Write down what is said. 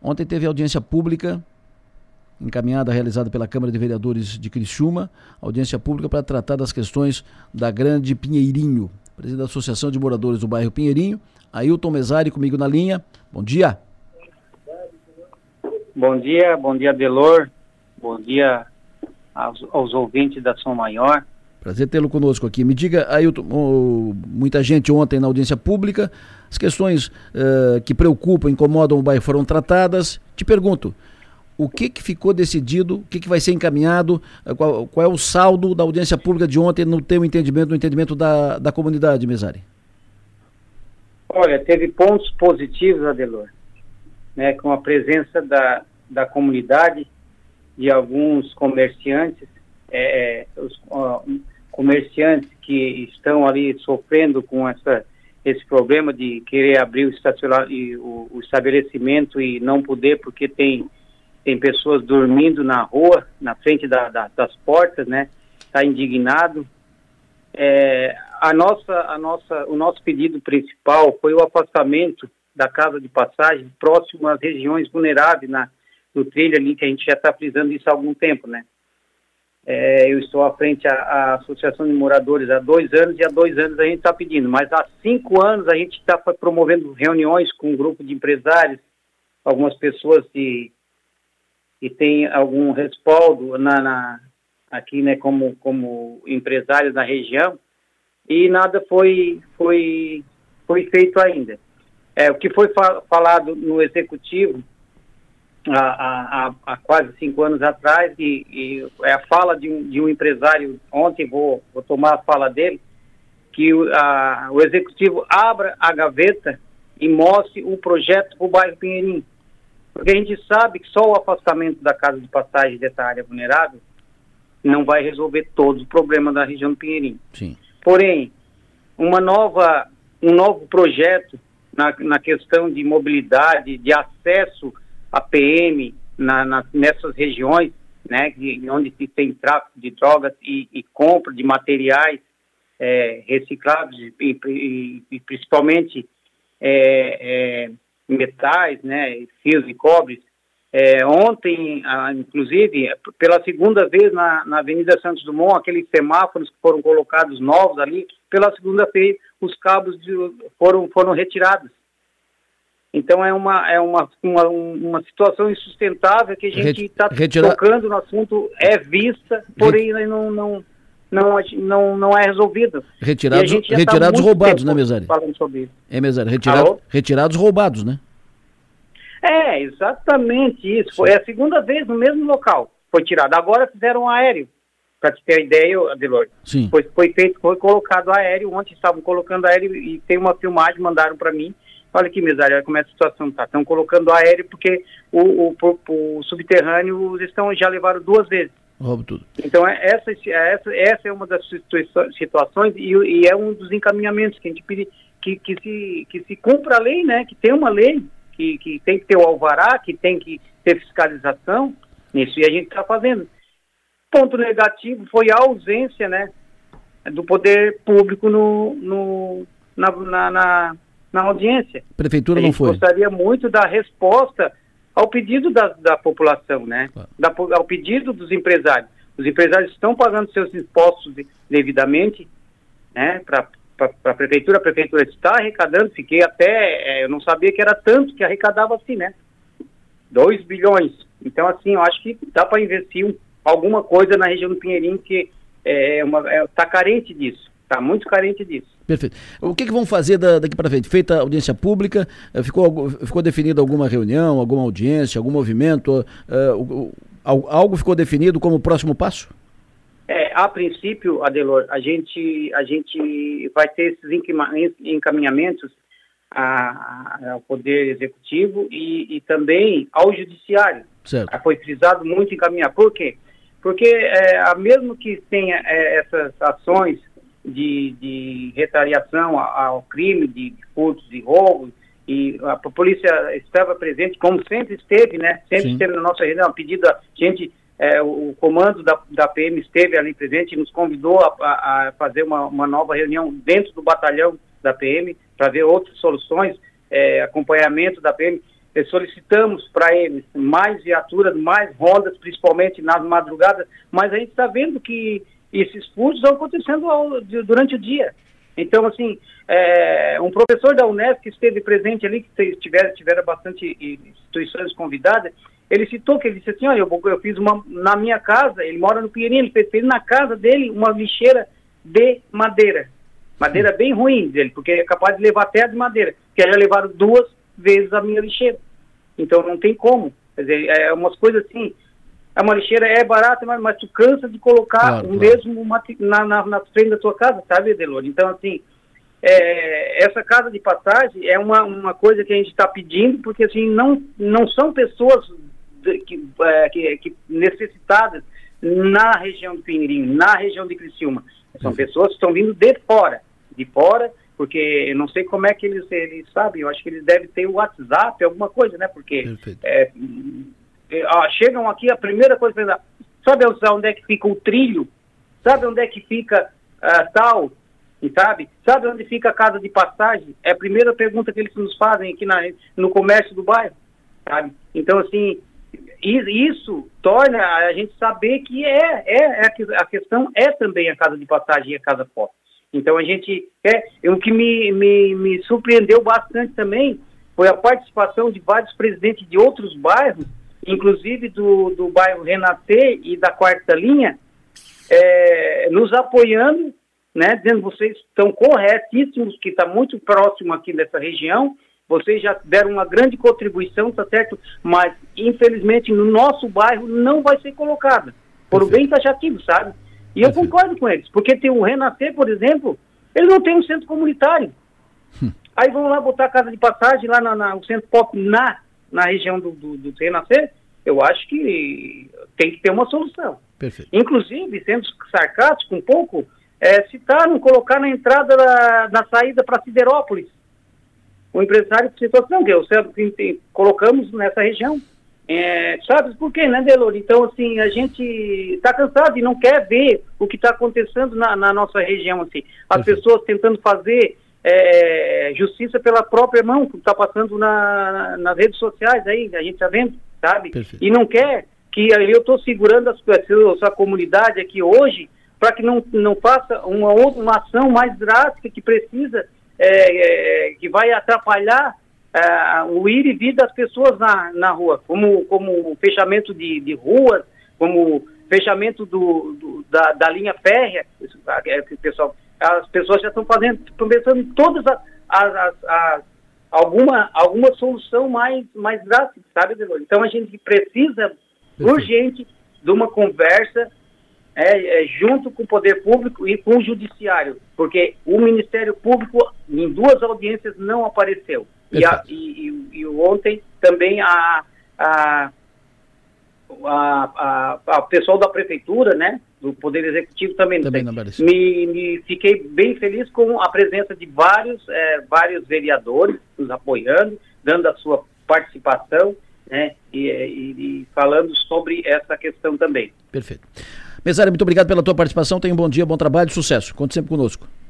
Ontem teve audiência pública encaminhada, realizada pela Câmara de Vereadores de Criciúma, audiência pública para tratar das questões da Grande Pinheirinho. Presidente da Associação de Moradores do Bairro Pinheirinho, Ailton Mesari, comigo na linha. Bom dia. Bom dia, Delor. Bom dia aos ouvintes da Som Maior. Prazer tê-lo conosco aqui. Me diga, Ailton, muita gente ontem na audiência pública, as questões que preocupam, incomodam o bairro foram tratadas. Te pergunto, o que ficou decidido, o que vai ser encaminhado, qual é o saldo da audiência pública de ontem no teu entendimento, no entendimento da comunidade, Mesari? Olha, teve pontos positivos, Adelor, né, com a presença da comunidade, de alguns comerciantes, os comerciantes que estão ali sofrendo com esse problema de querer abrir o estabelecimento e não poder porque tem pessoas dormindo na rua, na frente das portas, né? Está indignado. O nosso pedido principal foi o afastamento da casa de passagem próximo às regiões vulneráveis no trilho ali, que a gente já está frisando isso há algum tempo, né? Eu estou à frente à Associação de Moradores há 2 anos, e há 2 anos a gente está pedindo, mas há 5 anos a gente está promovendo reuniões com um grupo de empresários, algumas pessoas que tem algum respaldo aqui, né, como empresários na região, e nada foi feito ainda. O que foi falado no Executivo há quase 5 anos atrás, e é a fala de um empresário, ontem vou tomar a fala dele, que o Executivo abra a gaveta e mostre um projeto para o bairro Pinheirinho. Porque a gente sabe que só o afastamento da casa de passagem dessa área vulnerável não vai resolver todos os problemas da região do Pinheirinho. Sim. Porém, um novo projeto na questão de mobilidade, de acesso à PM nessas regiões, né, onde se tem tráfico de drogas e compra de materiais reciclados e principalmente metais, né, fios e cobres. Ontem, inclusive, pela segunda vez na Avenida Santos Dumont, aqueles semáforos que foram colocados novos ali, pela segunda vez os cabos foram retirados. Então é uma situação insustentável que a gente está tocando no assunto, vista, porém não é resolvido. Retirados roubados, né, Mesari? Falando sobre isso. Mesari, retirados roubados, né? Exatamente isso. Foi a segunda vez no mesmo local. Foi tirado. Agora fizeram um aéreo. Para te ter a ideia, Adelor. Sim. Foi colocado aéreo. Ontem estavam colocando aéreo e tem uma filmagem, mandaram para mim. Olha aqui, Mesari, olha como é a situação tá. Estão colocando aéreo porque o subterrâneo eles já levaram 2 vezes. Roubo tudo. Então essa é uma das situações e é um dos encaminhamentos que a gente pede que se cumpra a lei, né? Que tem uma lei que tem que ter o alvará, que tem que ter fiscalização nisso, e a gente está fazendo. Ponto negativo foi a ausência, né, do poder público na audiência. A prefeitura não foi. Gostaria muito da resposta ao pedido da população, né? Claro. Ao pedido dos empresários. Os empresários estão pagando seus impostos devidamente, né? Para a prefeitura está arrecadando. Fiquei até, eu não sabia que era tanto que arrecadava assim, né? 2 bilhões. Então, assim, eu acho que dá para investir alguma coisa na região do Pinheirinho que está carente disso. Está muito carente disso. Perfeito. O que vão fazer daqui para frente? Feita a audiência pública, ficou definida alguma reunião, alguma audiência, algum movimento? Algo ficou definido como próximo passo? A princípio, Adelor, a gente vai ter esses encaminhamentos ao Poder Executivo e também ao Judiciário. Certo. Foi frisado muito encaminhar. Por quê? Porque mesmo que tenha essas ações de retaliação ao crime, de furtos e roubos, e a polícia estava presente, como sempre esteve, né? Sempre esteve na nossa região, a pedido a gente, o comando da PM esteve ali presente e nos convidou a fazer uma nova reunião dentro do batalhão da PM, para ver outras soluções, acompanhamento da PM. solicitamos para eles mais viaturas, mais rondas, principalmente nas madrugadas, mas a gente está vendo que esses furtos estão acontecendo durante o dia. Então, assim, um professor da Unesp que esteve presente ali, que tiveram bastante instituições convidadas, ele citou que ele disse assim, olha, eu fiz na minha casa, ele mora no Pinheirinho, ele fez na casa dele uma lixeira de madeira bem ruim dele, porque é capaz de levar até de madeira, que já levaram 2 vezes a minha lixeira. Então não tem como. Quer dizer, umas coisas assim, uma lixeira é barata, mas tu cansa de colocar mesmo na frente da tua casa, sabe, Adelor? Então, assim, essa casa de passagem é uma coisa que a gente está pedindo, porque assim, não são pessoas que necessitadas na região do Pinheirinho, na região de Criciúma. São pessoas que estão vindo de fora, porque eu não sei como é que eles sabem, eu acho que eles devem ter o WhatsApp, alguma coisa, né? Porque chegam aqui, a primeira coisa que eles sabe onde é que fica o trilho? Sabe onde é que fica tal? Sabe onde fica a casa de passagem? É a primeira pergunta que eles nos fazem aqui no comércio do bairro, sabe? Então, assim, isso torna a gente saber que a questão é também a casa de passagem e a casa forte. Então a gente o que me surpreendeu bastante também foi a participação de vários presidentes de outros bairros, inclusive do bairro Renascer e da Quarta Linha, nos apoiando, né, dizendo vocês estão corretíssimos, que está muito próximo aqui dessa região, vocês já deram uma grande contribuição, tá certo? Mas, infelizmente, no nosso bairro não vai ser colocada, por o bem taxativo, sabe? E eu concordo com eles, porque tem o Renascer, por exemplo, ele não tem um centro comunitário. Aí vão lá botar a casa de passagem lá no centro pop na região do Renascer. Eu acho que tem que ter uma solução. Perfeito. Inclusive, sendo sarcástico um pouco, citaram colocar na entrada, na saída para Siderópolis. O empresário situação que colocamos nessa região. Sabe por quê, né, Delor? Então, assim, a gente está cansado e não quer ver o que está acontecendo na nossa região, assim. As pessoas tentando fazer justiça pela própria mão, que está passando nas redes sociais aí, a gente está vendo, sabe? Perfeito. E não quer que eu estou segurando essa comunidade aqui hoje para que não faça uma ação mais drástica que precisa, que vai atrapalhar o ir e vir das pessoas na rua, como o fechamento de ruas, como fechamento da linha férrea, as pessoas já estão pensando em todas alguma solução mais drástica, sabe, Delor? Então a gente precisa urgente de uma conversa junto com o poder público e com o judiciário, porque o Ministério Público em 2 audiências não apareceu. E ontem também o pessoal da prefeitura, né, do Poder Executivo também não apareceu. Me fiquei bem feliz com a presença de vários vereadores nos apoiando, dando a sua participação, né, e falando sobre essa questão também. Perfeito. Mesário, muito obrigado pela tua participação, tenha um bom dia, bom trabalho, sucesso. Conte sempre conosco.